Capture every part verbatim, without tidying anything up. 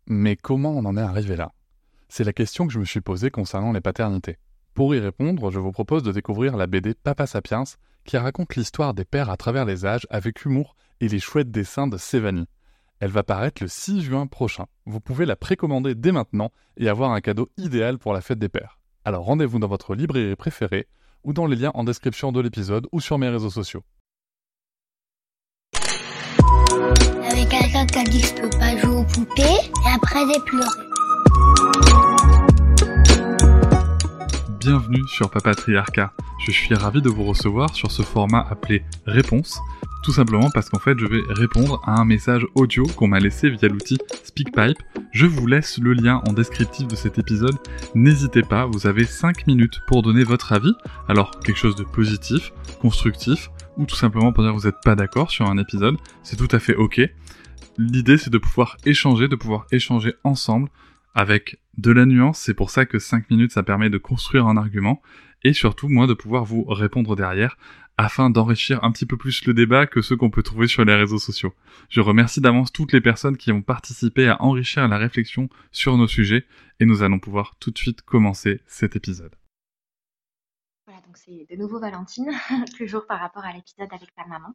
Mais comment on en est arrivé là? C'est la question que je me suis posée concernant les paternités. Pour y répondre, je vous propose de découvrir la B D Papa Sapiens, qui raconte l'histoire des pères à travers les âges avec humour et les chouettes dessins de Sévanie. Elle va paraître le six juin prochain. Vous pouvez la précommander dès maintenant et avoir un cadeau idéal pour la fête des pères. Alors rendez-vous dans votre librairie préférée ou dans les liens en description de l'épisode ou sur mes réseaux sociaux. Avec quelqu'un qui a dit que je peux pas jouer aux poupées, et après j'ai pleuré. Bienvenue sur Papatriarcat. Je suis ravi de vous recevoir sur ce format appelé Réponse, tout simplement parce qu'en fait je vais répondre à un message audio qu'on m'a laissé via l'outil SpeakPipe. Je vous laisse le lien en descriptif de cet épisode. N'hésitez pas, vous avez cinq minutes pour donner votre avis. Alors quelque chose de positif, constructif, ou tout simplement pour dire que vous n'êtes pas d'accord sur un épisode, c'est tout à fait ok. L'idée c'est de pouvoir échanger, de pouvoir échanger ensemble avec de la nuance, c'est pour ça que cinq minutes ça permet de construire un argument, et surtout moi de pouvoir vous répondre derrière, afin d'enrichir un petit peu plus le débat que ceux qu'on peut trouver sur les réseaux sociaux. Je remercie d'avance toutes les personnes qui ont participé à enrichir la réflexion sur nos sujets, et nous allons pouvoir tout de suite commencer cet épisode. Voilà, donc c'est de nouveau Valentine, toujours par rapport à l'épisode avec ta maman.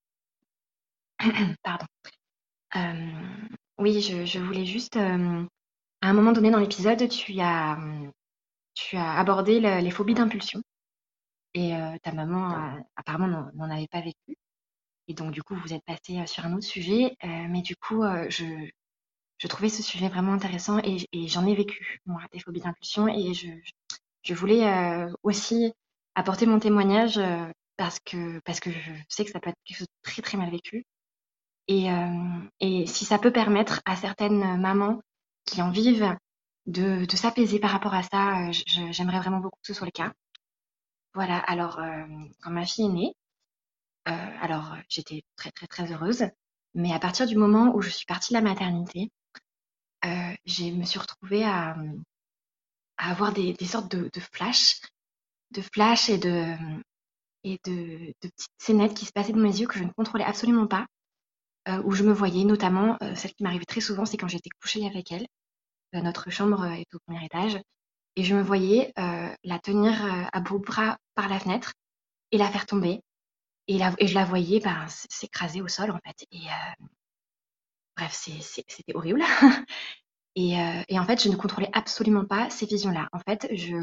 Pardon. Euh, oui, je, je voulais juste... euh, à un moment donné dans l'épisode, tu as, tu as abordé le- les phobies d'impulsion. Et euh, ta maman, a- apparemment, n'en n'en avait pas vécu. Et donc, du coup, vous êtes passé euh, sur un autre sujet. Euh, mais du coup, euh, je, je trouvais ce sujet vraiment intéressant et, et j'en ai vécu, moi, des phobies d'impulsion. Et je, je voulais euh, aussi apporter mon témoignage euh, parce que, parce que je sais que ça peut être quelque chose de très, très mal vécu. Et, euh, et si ça peut permettre à certaines mamans qui en vivent de, de s'apaiser par rapport à ça, euh, je- j'aimerais vraiment beaucoup que ce soit le cas. Voilà, alors euh, quand ma fille est née, euh, alors euh, j'étais très très très heureuse, mais à partir du moment où je suis partie de la maternité, euh, je me suis retrouvée à, à avoir des, des sortes de, de flashs, de flashs et de, et de, de petites scénettes qui se passaient dans mes yeux que je ne contrôlais absolument pas, euh, où je me voyais, notamment, euh, celle qui m'arrivait très souvent, c'est quand j'étais couchée avec elle. Euh, notre chambre euh, est au premier étage, et je me voyais euh, la tenir euh, à bout de bras par la fenêtre et la faire tomber. Et, la, et je la voyais ben, s- s'écraser au sol, en fait. Et euh, bref, c'est- c'est- c'était horrible. Et, euh, et en fait, je ne contrôlais absolument pas ces visions-là. En fait, je,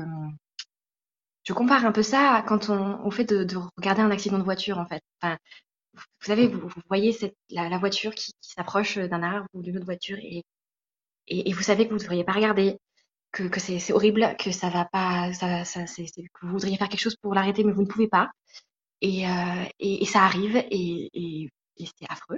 je compare un peu ça à quand on, au fait de, de regarder un accident de voiture, en fait. Enfin, vous savez, vous, vous voyez cette, la, la voiture qui, qui s'approche d'un arbre ou d'une autre voiture et, et, et vous savez que vous ne devriez pas regarder, que, que c'est c'est horrible, que ça va pas, ça, ça, c'est, c'est- que vous voudriez faire quelque chose pour l'arrêter, mais vous ne pouvez pas. Et, euh, et, et ça arrive et, et, et c'est affreux.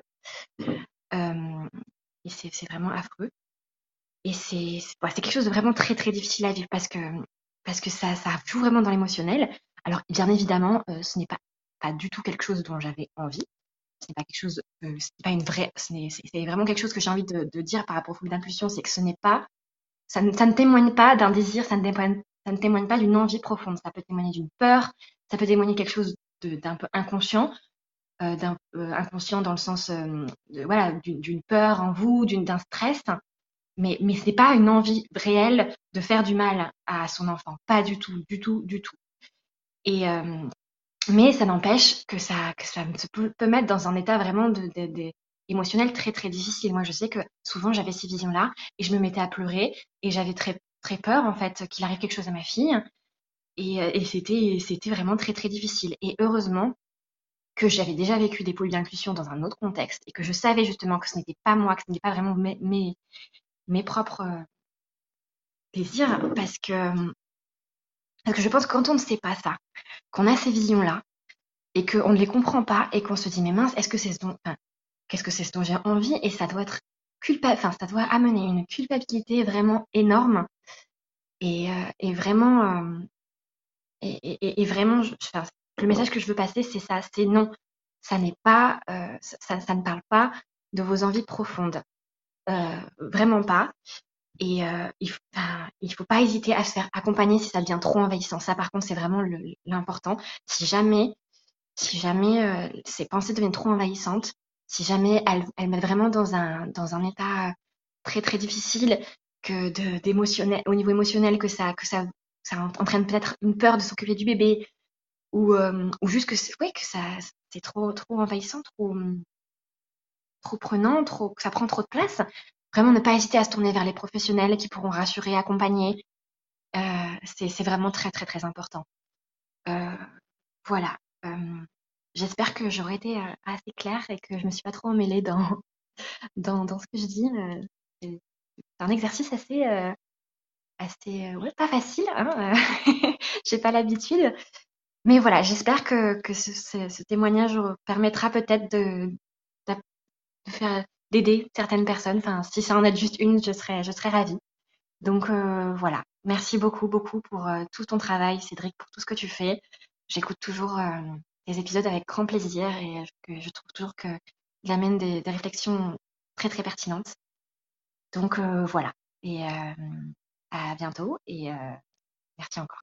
Euh, et c'est c'est vraiment affreux. Et c'est c'est ouais, c'est quelque chose de vraiment très très difficile à vivre parce que, parce que ça, ça joue vraiment dans l'émotionnel. Alors, bien évidemment, euh, ce n'est pas, pas du tout quelque chose dont j'avais envie. Ce n'est pas quelque chose, euh, ce n'est pas une vraie, ce n'est- c'est c'est vraiment quelque chose que j'ai envie de, de dire par rapport au phobie d'impulsion, c'est que ce n'est pas, ça ne, ça ne témoigne pas d'un désir, ça ne témoigne, ça ne témoigne pas d'une envie profonde. Ça peut témoigner d'une peur, ça peut témoigner quelque chose de- d'un peu inconscient, euh, d'un euh, inconscient dans le sens, euh, de- voilà, d'une d'une peur en vous, d'une d'un stress. Mais, mais ce n'est pas une envie réelle de faire du mal à son enfant. Pas du tout, du tout, du tout. Et, euh, mais ça n'empêche que ça, que ça me peut, peut mettre dans un état vraiment de, de, de- émotionnel très, très difficile. Moi, je sais que souvent, j'avais ces visions-là et je me mettais à pleurer et j'avais très, très peur, en fait, qu'il arrive quelque chose à ma fille. Et, euh, et c'était, c'était vraiment très, très difficile. Et heureusement que j'avais déjà vécu des pôles d'inclusion dans un autre contexte et que je savais justement que ce n'était pas moi, que ce n'était pas vraiment mes, mes, mes propres euh, désirs parce que, parce que je pense que quand on ne sait pas ça, qu'on a ces visions-là et qu'on ne les comprend pas et qu'on se dit mais mince, est-ce que c'est ce dont, enfin, qu'est-ce que c'est ce dont j'ai envie et ça doit être culpa, enfin ça doit amener une culpabilité vraiment énorme et, euh, et vraiment euh, et, et- et vraiment je- enfin, le message que je veux passer c'est ça, c'est non, ça n'est pas, euh, ça, ça ne parle pas de vos envies profondes, Euh, vraiment pas. Et euh, il faut, enfin, il faut pas hésiter à se faire accompagner si ça devient trop envahissant. Ça, par contre, c'est vraiment le- l'important. Si jamais, si jamais euh, ces pensées deviennent trop envahissantes, si jamais elles, elles mettent vraiment dans un, dans un état très très difficile, que de, d'émotionnel, au niveau émotionnel, que ça, que ça, ça entraîne peut-être une peur de s'occuper du bébé, ou, euh, ou juste que, c'est, ouais, que ça, c'est trop, trop envahissant, trop, trop prenant, trop, que ça prend trop de place. Vraiment, ne pas hésiter à se tourner vers les professionnels qui pourront rassurer, accompagner. Euh, c'est, c'est vraiment très très très important. Euh, voilà. Euh, j'espère que j'aurai été euh, assez claire et que je me suis pas trop emmêlée dans, dans, dans ce que je dis. Euh, c'est c'est un exercice assez, euh, assez euh, ouais, pas facile. Hein, euh, j'ai pas l'habitude. Mais voilà, j'espère que, que ce, ce, ce témoignage permettra peut-être de, de, de faire d'aider certaines personnes. Enfin, si ça en aide juste une, je serais, je serais ravie. Donc euh, voilà, merci beaucoup, beaucoup pour euh, tout ton travail, Cédric, pour tout ce que tu fais. J'écoute toujours euh, les épisodes avec grand plaisir et que je trouve toujours qu'il amène des, des réflexions très très pertinentes. Donc euh, voilà, et euh, à bientôt et euh, merci encore.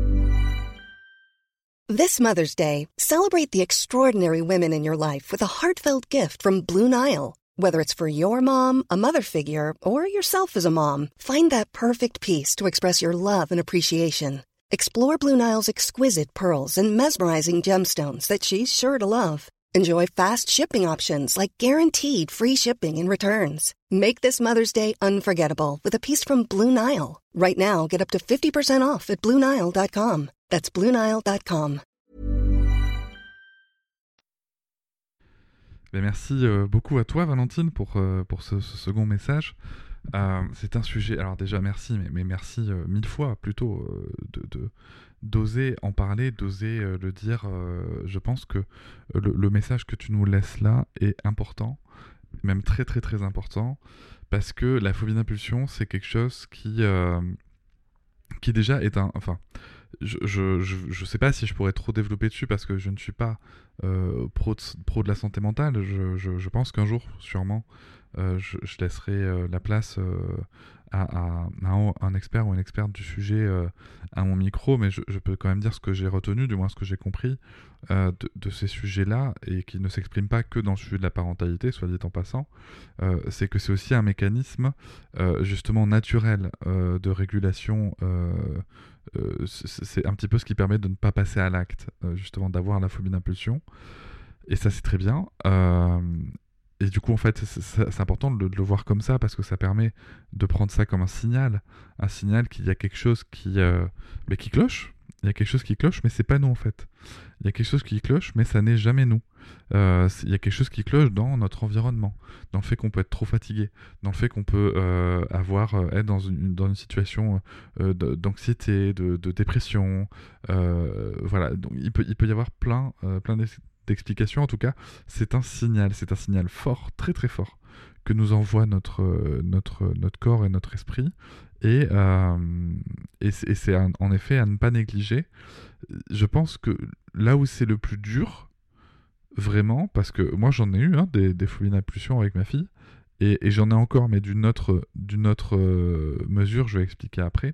This Mother's Day, celebrate the extraordinary women in your life with a heartfelt gift from Blue Nile. Whether it's for your mom, a mother figure, or yourself as a mom, find that perfect piece to express your love and appreciation. Explore Blue Nile's exquisite pearls and mesmerizing gemstones that she's sure to love. Enjoy fast shipping options like guaranteed free shipping and returns. Make this Mother's Day unforgettable with a piece from Blue Nile. Right now, get up to fifty percent off at blue nile dot com. That's blue nile dot com. Ben merci euh, beaucoup à toi, Valentine, pour, euh, pour ce, ce second message. Euh, c'est un sujet... Alors déjà, merci, mais, mais merci euh, mille fois, plutôt, euh, de, de, d'oser en parler, d'oser euh, le dire. Euh, je pense que le, le message que tu nous laisses là est important, même très très très important, parce que la phobie d'impulsion, c'est quelque chose qui, euh, qui déjà est un... Enfin, je, je, je, je sais pas si je pourrais trop développer dessus parce que je ne suis pas euh, pro, de, pro de la santé mentale. Je, je, je pense qu'un jour, sûrement, euh, je, je laisserai euh, la place euh, à, à, à un, un expert ou une experte du sujet euh, à mon micro, mais je, je peux quand même dire ce que j'ai retenu, du moins ce que j'ai compris euh, de, de ces sujets-là, et qui ne s'expriment pas que dans le sujet de la parentalité, soit dit en passant. Euh, c'est que c'est aussi un mécanisme euh, justement naturel euh, de régulation. Euh, Euh, c'est un petit peu ce qui permet de ne pas passer à l'acte, euh, justement d'avoir la phobie d'impulsion, et ça c'est très bien. Euh, et du coup en fait c'est, c'est important de le, de le voir comme ça, parce que ça permet de prendre ça comme un signal, un signal qu'il y a quelque chose qui, euh, mais qui cloche. Il y a quelque chose qui cloche, mais c'est pas nous en fait. Il y a quelque chose qui cloche, mais ça n'est jamais nous. Euh, il y a quelque chose qui cloche dans notre environnement, dans le fait qu'on peut être trop fatigué, dans le fait qu'on peut euh, avoir euh, être dans une, dans une situation euh, d'anxiété, de, de dépression. Euh, voilà, donc il peut, il peut y avoir plein, euh, plein d'explications. En tout cas, c'est un signal, c'est un signal fort, très très fort, que nous envoie notre, notre, notre corps et notre esprit. Et, euh, et c'est, et c'est un, en effet à ne pas négliger. Je pense que là où c'est le plus dur, vraiment, parce que moi j'en ai eu hein, des, des phobies d'impulsion avec ma fille, et, et j'en ai encore, mais d'une autre, d'une autre euh, mesure, je vais expliquer après.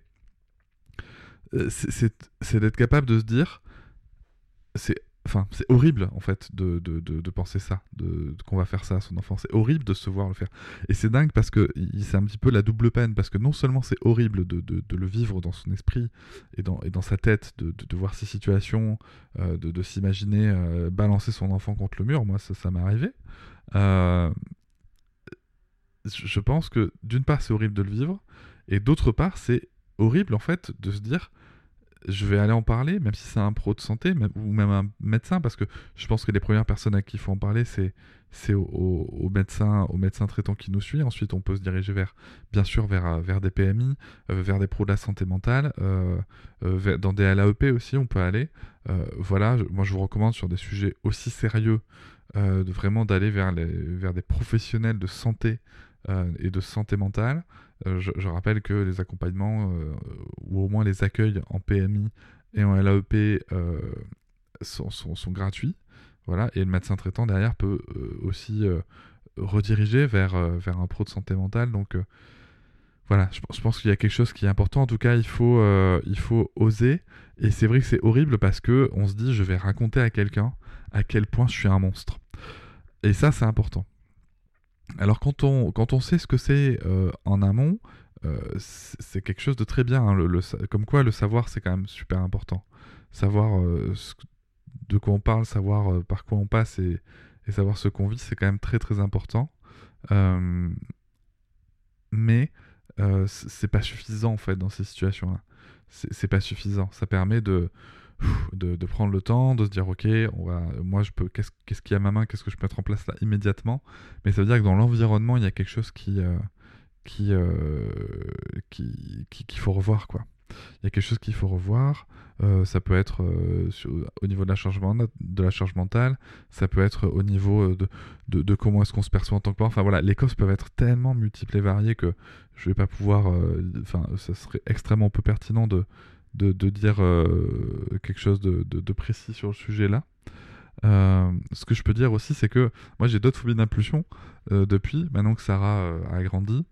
C'est, c'est, c'est d'être capable de se dire, c'est, enfin, c'est horrible en fait de, de, de, de penser ça, de, de, qu'on va faire ça à son enfant. C'est horrible de se voir le faire. Et c'est dingue parce que c'est un petit peu la double peine, parce que non seulement c'est horrible de, de, de le vivre dans son esprit et dans, et dans sa tête, de, de, de voir ces situations, euh, de, de s'imaginer euh, balancer son enfant contre le mur. Moi, ça, ça m'est arrivé. Euh, je pense que d'une part, c'est horrible de le vivre, et d'autre part, c'est horrible en fait de se dire, je vais aller en parler, même si c'est un pro de santé, même, ou même un médecin, parce que je pense que les premières personnes à qui il faut en parler, c'est, c'est au, au, au médecin, au médecin traitant qui nous suit. Ensuite, on peut se diriger vers, bien sûr, vers, vers des P M I, euh, vers des pros de la santé mentale, euh, euh, vers, dans des L A E P aussi, on peut aller. Euh, voilà, je, moi je vous recommande sur des sujets aussi sérieux, euh, de vraiment d'aller vers, les, vers des professionnels de santé euh, et de santé mentale. Euh, je, je rappelle que les accompagnements, euh, ou au moins les accueils en P M I et en L A E P euh, sont, sont, sont gratuits. Voilà, et le médecin traitant derrière peut euh, aussi euh, rediriger vers, euh, vers un pro de santé mentale. Donc euh, voilà, je, je pense qu'il y a quelque chose qui est important. En tout cas, il faut, euh, il faut oser. Et c'est vrai que c'est horrible parce qu'on se dit, je vais raconter à quelqu'un à quel point je suis un monstre. Et ça, c'est important. alors quand on, quand on sait ce que c'est euh, en amont, euh, c'est, c'est quelque chose de très bien. Hein, le, le, comme quoi le savoir c'est quand même super important. Savoir euh, ce, de quoi on parle, savoir euh, par quoi on passe et, et savoir ce qu'on vit, c'est quand même très très important. Euh, mais euh, c'est pas suffisant en fait dans ces situations-là. C'est, c'est pas suffisant. Ça permet de, de, de prendre le temps, de se dire ok, on va, moi je peux, qu'est-ce, qu'est-ce qu'il y a à ma main, qu'est-ce que je peux mettre en place là immédiatement. Mais ça veut dire que dans l'environnement, il y a quelque chose qui, euh, qui, euh, qui, qui, qu'il faut revoir quoi. Il y a quelque chose qu'il faut revoir. Euh, ça peut être euh, sur, au niveau de la, charge, de la charge mentale, ça peut être au niveau de, de, de comment est-ce qu'on se perçoit en tant que parent. Enfin voilà, les causes peuvent être tellement multiples et variées que je vais pas pouvoir. Enfin, euh, ça serait extrêmement peu pertinent de, de, de dire euh, quelque chose de, de, de précis sur le sujet là. Euh, ce que je peux dire aussi, c'est que moi j'ai d'autres phobies d'impulsion euh, depuis, maintenant que Sarah euh, a grandi.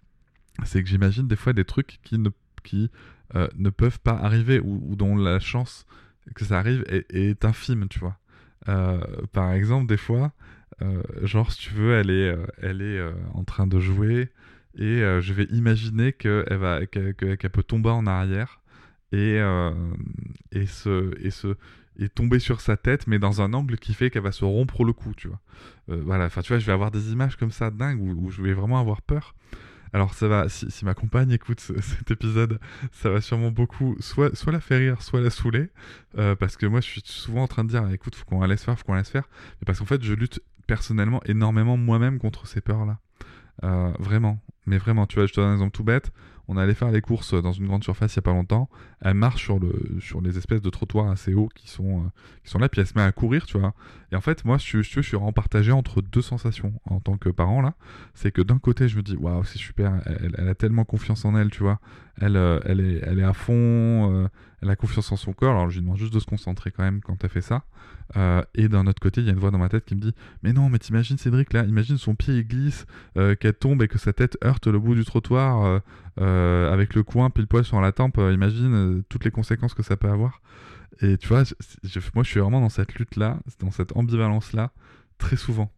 C'est que j'imagine des fois des trucs qui ne qui euh, ne peuvent pas arriver ou, ou dont la chance que ça arrive est, est infime, tu vois. Euh, par exemple, des fois, euh, genre si tu veux, elle est, euh, elle est euh, en train de jouer et euh, je vais imaginer qu'elle va, qu'elle, qu'elle peut tomber en arrière et euh, et se et se et tomber sur sa tête, mais dans un angle qui fait qu'elle va se rompre le cou, tu vois. Euh, voilà, enfin tu vois, je vais avoir des images comme ça dingues où, où je vais vraiment avoir peur. Alors ça va, si, si ma compagne écoute ce, cet épisode, ça va sûrement beaucoup soit, soit la faire rire, soit la saouler, euh, parce que moi je suis souvent en train de dire, écoute, faut qu'on la laisse faire, faut qu'on la laisse faire, mais parce qu'en fait je lutte personnellement énormément moi-même contre ces peurs-là. Euh, vraiment, mais vraiment, tu vois, je te donne un exemple tout bête. On allait faire les courses dans une grande surface il y a pas longtemps. Elle marche sur le sur les espèces de trottoirs assez hauts qui sont euh, qui sont là, puis elle se met à courir, tu vois. Et en fait, moi, je suis je suis, je suis vraiment partagé entre deux sensations en tant que parent là. C'est que d'un côté, je me dis waouh, c'est super, elle, elle a tellement confiance en elle, tu vois. Elle euh, elle est elle est à fond, euh, elle a confiance en son corps. Alors je lui demande juste de se concentrer quand même quand elle fait ça. Euh, et d'un autre côté, il y a une voix dans ma tête qui me dit mais non, mais t'imagines Cédric là, imagine son pied il glisse, euh, qu'elle tombe et que sa tête heurte le bout du trottoir euh, euh, avec le coin pile poil sur la tempe, euh, imagine euh, toutes les conséquences que ça peut avoir. Et tu vois, je, je, moi je suis vraiment dans cette lutte là, dans cette ambivalence là, très souvent.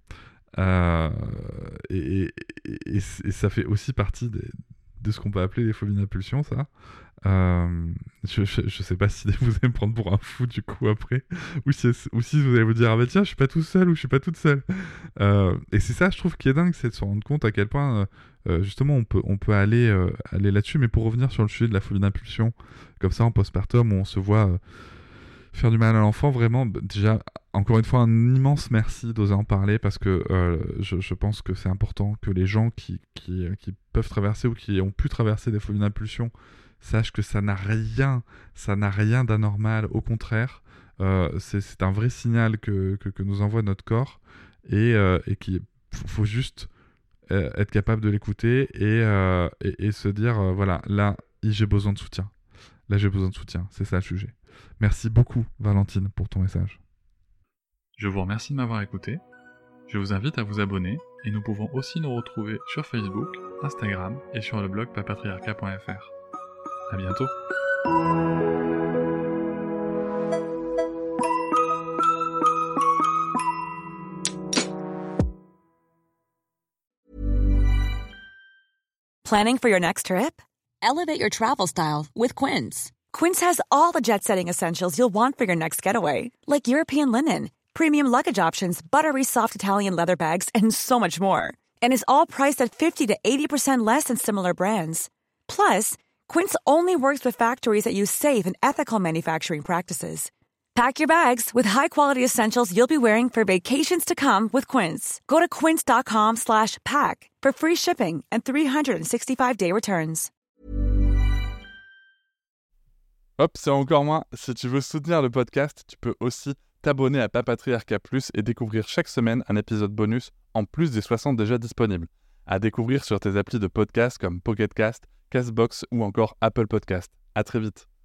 Euh, et, et, et, et ça fait aussi partie des, de ce qu'on peut appeler les phobies d'impulsion, ça. Euh, je, je, je sais pas si vous allez me prendre pour un fou du coup après, ou si, ou si vous allez vous dire ah bah tiens je suis pas tout seul ou je suis pas toute seule. Euh, et c'est ça je trouve qui est dingue, c'est de se rendre compte à quel point euh, justement on peut, on peut aller, euh, aller là-dessus. Mais pour revenir sur le sujet de la phobie d'impulsion, comme ça en postpartum où on se voit euh, faire du mal à l'enfant, vraiment déjà encore une fois un immense merci d'oser en parler parce que euh, je, je pense que c'est important que les gens qui, qui, qui peuvent traverser ou qui ont pu traverser des phobies d'impulsion sache que ça n'a rien, ça n'a rien d'anormal, au contraire, euh, c'est, c'est un vrai signal que, que, que nous envoie notre corps et, euh, et qu'il faut juste euh, être capable de l'écouter et, euh, et, et se dire, euh, voilà, là, j'ai besoin de soutien. Là, j'ai besoin de soutien, c'est ça le sujet. Merci beaucoup, Valentine, pour ton message. Je vous remercie de m'avoir écouté. Je vous invite à vous abonner et nous pouvons aussi nous retrouver sur Facebook, Instagram et sur le blog papatriarcat point f r. À bientôt. Planning for your next trip? Elevate your travel style with Quince. Quince has all the jet-setting essentials you'll want for your next getaway, like European linen, premium luggage options, buttery soft Italian leather bags, and so much more. And is all priced at fifty to eighty percent less than similar brands. Plus, Quince only works with factories that use safe and ethical manufacturing practices. Pack your bags with high-quality essentials you'll be wearing for vacations to come with Quince. Go to quince.com slash pack for free shipping and three sixty-five day returns. Hop, c'est encore moins. Si tu veux soutenir le podcast, tu peux aussi t'abonner à Papatriarcat Plus et découvrir chaque semaine un épisode bonus en plus des soixante déjà disponibles. À découvrir sur tes applis de podcast comme Pocket Cast, Castbox ou encore Apple Podcast. À très vite.